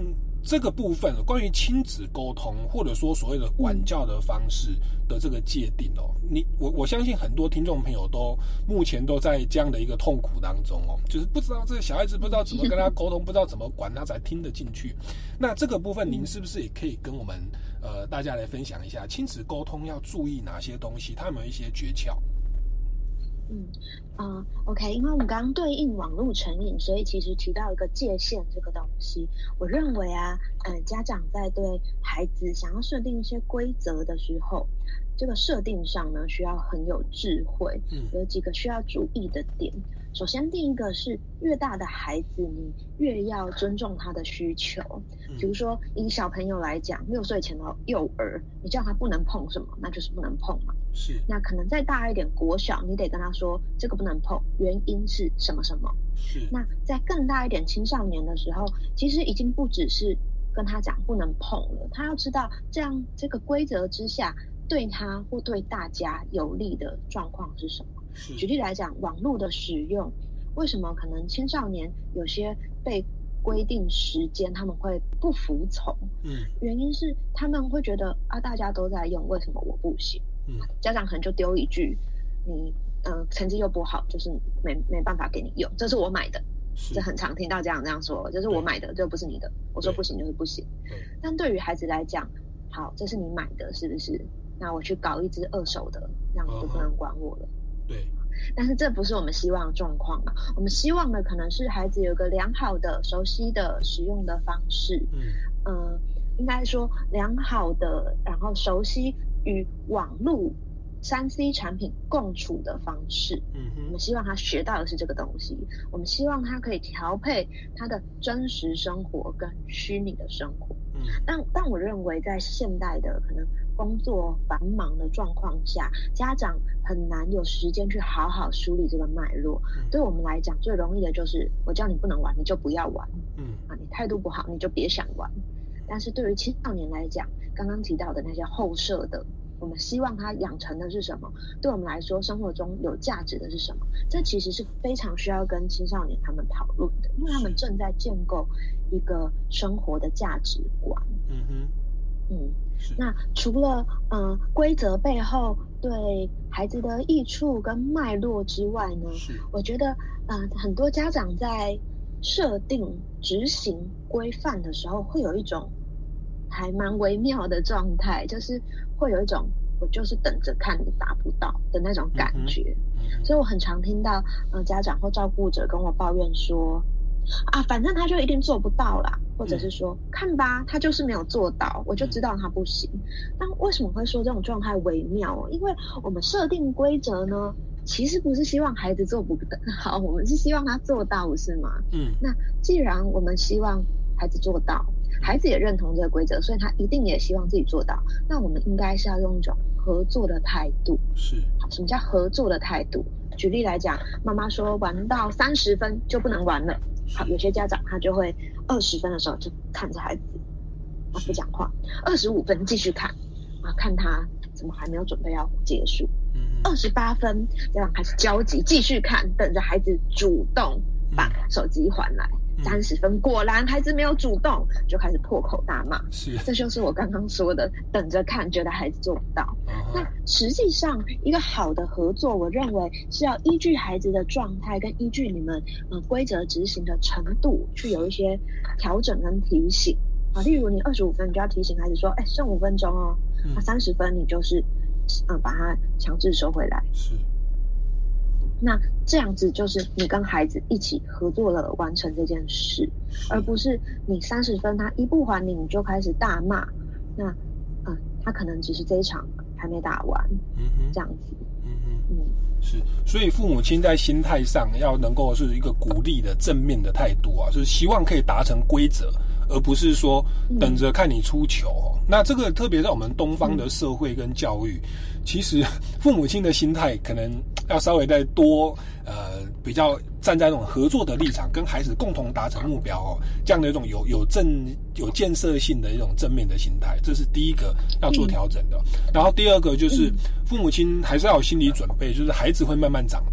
这个部分关于亲子沟通，或者说所谓的管教的方式的这个界定哦，你我我相信很多听众朋友都目前都在这样的一个痛苦当中哦，就是不知道这个小孩子不知道怎么跟他沟通，不知道怎么管他才听得进去。那这个部分您是不是也可以跟我们呃大家来分享一下，亲子沟通要注意哪些东西，它有没有一些诀窍？ 嗯，啊、呃、，OK， 因为我们刚刚对应网络成瘾，所以其实提到一个界限这个东西。我认为啊，嗯、呃，家长在对孩子想要设定一些规则的时候，这个设定上呢，需要很有智慧。嗯，有几个需要注意的点。首先，第一个是越大的孩子，你越要尊重他的需求。比如说，以小朋友来讲，六岁前的幼儿，你叫他不能碰什么，那就是不能碰嘛。 是。那可能再大一点，国小，你得跟他说这个不能碰，原因是什么什么。 是。 那在更大一点，青少年的时候，其实已经不只是跟他讲不能碰了，他要知道这样这个规则之下，对他或对大家有利的状况是什么。举例来讲，网络的使用，为什么可能青少年有些被规定时间他们会不服从？嗯，原因是他们会觉得啊，大家都在用，为什么我不行？嗯，家长可能就丢一句，你嗯、呃、成绩又不好，就是没没办法给你用，这是我买的，这很常听到家长这样说，这是我买的，这不是你的，我说不行就是不行。但对于孩子来讲，好，这是你买的，是不是？那我去搞一只二手的，这样就不能管我了。 对， 但是这不是我们希望的状况嘛？我们希望的可能是孩子有个良好的、熟悉的使用的方式，嗯，呃，应该说良好的，然后熟悉与网络、三 C 产品共处的方式。嗯哼，我们希望他学到的是这个东西，我们希望他可以调配他的真实生活跟虚拟的生活。嗯，但但我认为在现代的可能工作繁忙的状况下，家长很难有时间去好好梳理这个脉络。嗯、对我们来讲，最容易的就是我叫你不能玩，你就不要玩。嗯，啊，你态度不好，你就别想玩。但是对于青少年来讲，刚刚提到的那些后设的，我们希望他养成的是什么？对我们来说，生活中有价值的是什么？这其实是非常需要跟青少年他们讨论的，因为他们正在建构一个生活的价值观。嗯哼，嗯。那除了嗯、呃、规则背后对孩子的益处跟脉络之外呢，我觉得嗯、呃、很多家长在设定执行规范的时候，会有一种还蛮微妙的状态，就是会有一种我就是等着看你达不到的那种感觉。嗯、所以我很常听到嗯、呃、家长或照顾者跟我抱怨说，啊，反正他就一定做不到啦，或者是说，嗯、看吧，他就是没有做到，我就知道他不行。但为什么会说这种状态微妙？因为我们设定规则呢，其实不是希望孩子做不好，我们是希望他做到，不是吗？嗯。那既然我们希望孩子做到，孩子也认同这个规则，所以他一定也希望自己做到。那我们应该是要用一种合作的态度。是。好，什么叫合作的态度？举例来讲，妈妈说玩到三十分就不能玩了。好，有些家长他就会二十分的时候就看着孩子，啊不讲话，二十五分继续看，啊看他怎么还没有准备要结束，二十八分家长开始焦急继续看，等着孩子主动把手机还来，三十分果然孩子没有主动，就开始破口大骂。是，这就是我刚刚说的，等着看，觉得孩子做不到。Uh-huh. 那实际上，一个好的合作，我认为是要依据孩子的状态，跟依据你们呃规则执行的程度，去有一些调整跟提醒啊。例如，你二十五分，你就要提醒孩子说，哎，剩五分钟哦。那三十分，你就是嗯、呃、把它强制收回来。是。那这样子就是你跟孩子一起合作了完成这件事，而不是你三十分他一不还你，你就开始大骂。那嗯，他可能只是这一场还没打完，嗯哼，这样子，嗯哼，嗯， 是。所以父母亲在心态上要能够是一个鼓励的正面的态度啊，就是希望可以达成规则，而不是说等着看你出糗。嗯、那这个特别在我们东方的社会跟教育，嗯、其实父母亲的心态可能要稍微再多呃比较站在那种合作的立场，跟孩子共同达成目标哦，这样的一种有有正有建设性的一种正面的心态，这是第一个要做调整的。嗯、然后第二个就是父母亲还是要有心理准备，就是孩子会慢慢长大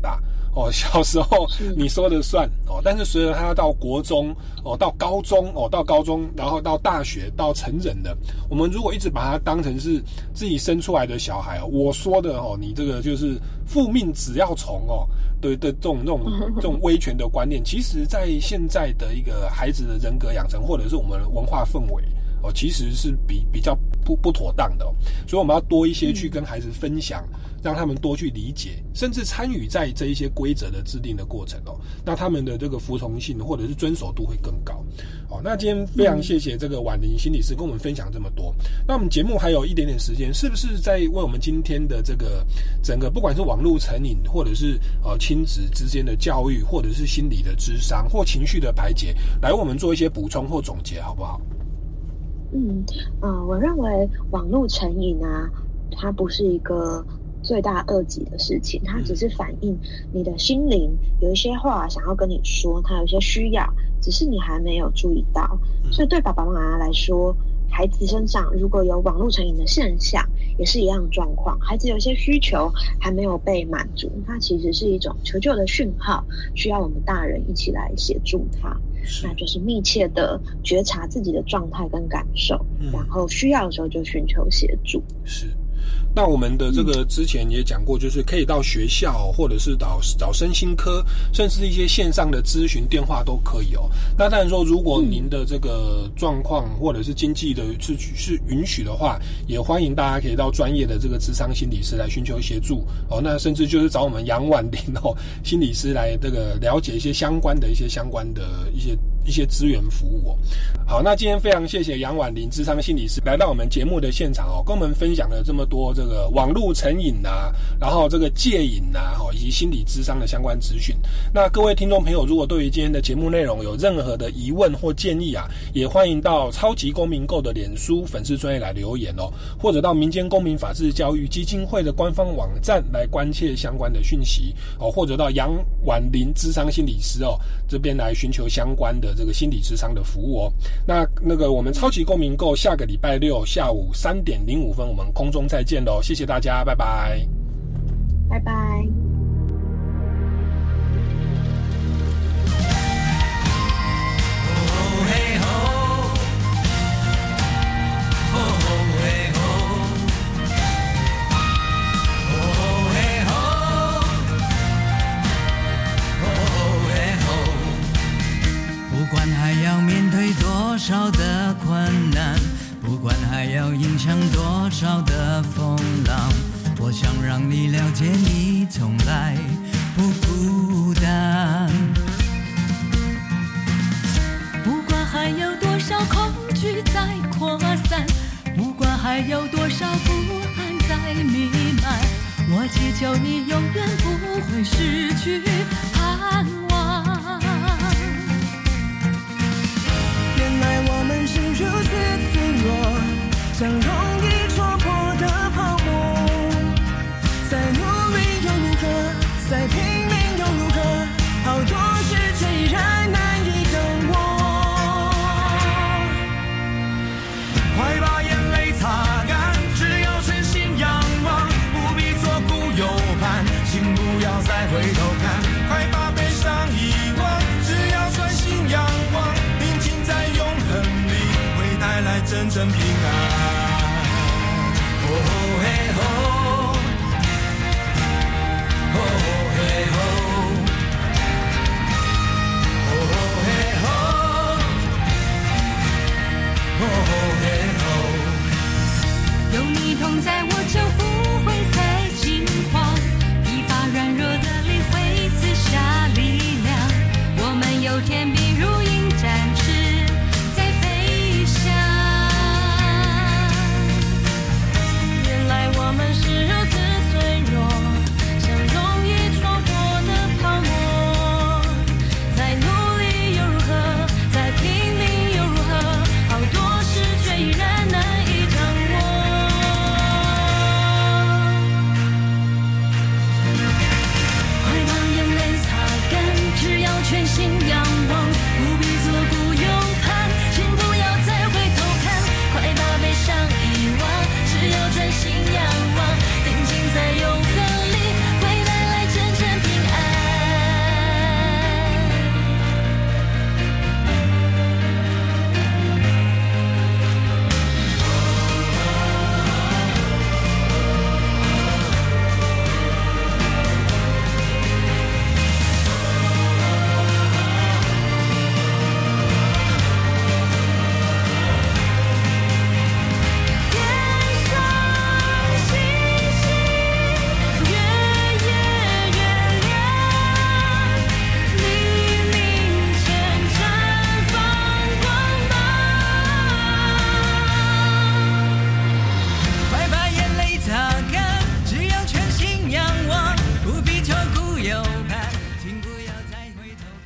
哦，小时候你说了算哦，但是随着他到国中哦，到高中哦，到高中，然后到大学，到成人的，我们如果一直把他当成是自己生出来的小孩哦，我说的哦，你这个就是父命只要从哦，对的这种这种这种威权的观念，其实在现在的一个孩子的人格养成，或者是我们文化氛围哦，其实是比比较不不妥当的哦，所以我们要多一些去跟孩子分享。让他们多去理解，甚至参与在这一些规则的制定的过程哦，那他们的这个服从性或者是遵守度会更高。哦，那今天非常谢谢这个婉玲心理师跟我们分享这么多。那我们节目还有一点点时间，是不是在为我们今天的这个整个不管是网络成瘾，或者是呃亲子之间的教育，或者是心理的諮商或情绪的排解，来为我们做一些补充或总结，好不好？ 嗯，呃，我认为网络成瘾啊，它不是一个罪大恶极的事情，它只是反映你的心灵有一些话想要跟你说，它有一些需要，只是你还没有注意到。所以对爸爸妈妈来说，孩子身上如果有网络成瘾的现象，也是一样的状况。孩子有一些需求还没有被满足，它其实是一种求救的讯号，需要我们大人一起来协助他。那就是密切的觉察自己的状态跟感受，嗯、然后需要的时候就寻求协助。 是。那我们的这个之前也讲过，就是可以到学校，或者是找找身心科，甚至一些线上的咨询电话都可以哦。那当然说，如果您的这个状况或者是经济的是是允许的话，也欢迎大家可以到专业的这个諮商心理师来寻求协助哦。那甚至就是找我们杨婉玲哦心理师来这个了解一些相关的一些相关的一些一些资源服务哦。好，那今天非常谢谢杨婉玲諮商心理师来到我们节目的现场哦，跟我们分享了这么多这个网络成瘾啊，然后这个戒瘾啊，以及心理諮商的相关资讯。那各位听众朋友，如果对于今天的节目内容有任何的疑问或建议啊，也欢迎到超级公民购的脸书粉丝专页来留言哦，或者到民间公民法治教育基金会的官方网站来关切相关的讯息哦，或者到杨婉玲諮商心理师哦这边来寻求相关的这个心理諮商的服务哦。那那个我们超级公民购下个礼拜六下午三点零五分我们空中再见喽，谢谢大家，拜拜， 拜拜。 不管还要面对多少的困难，不管还要迎向多少的风浪，我想让你了解你从来不孤单。不管还有多少恐惧在扩散，不管还有多少不安在弥漫，我祈求你永远不会失去盼望。原来我们是如此脆弱，像容易戳破的泡沫，再努力又如何，再拼命又如何，好多事虽然难以等我。 快把眼泪擦干，只要全心仰望，不必左顾右盼，请不要再回头看。快把悲伤遗忘，只要专心仰望，宁静在永恒里会带来真正平安。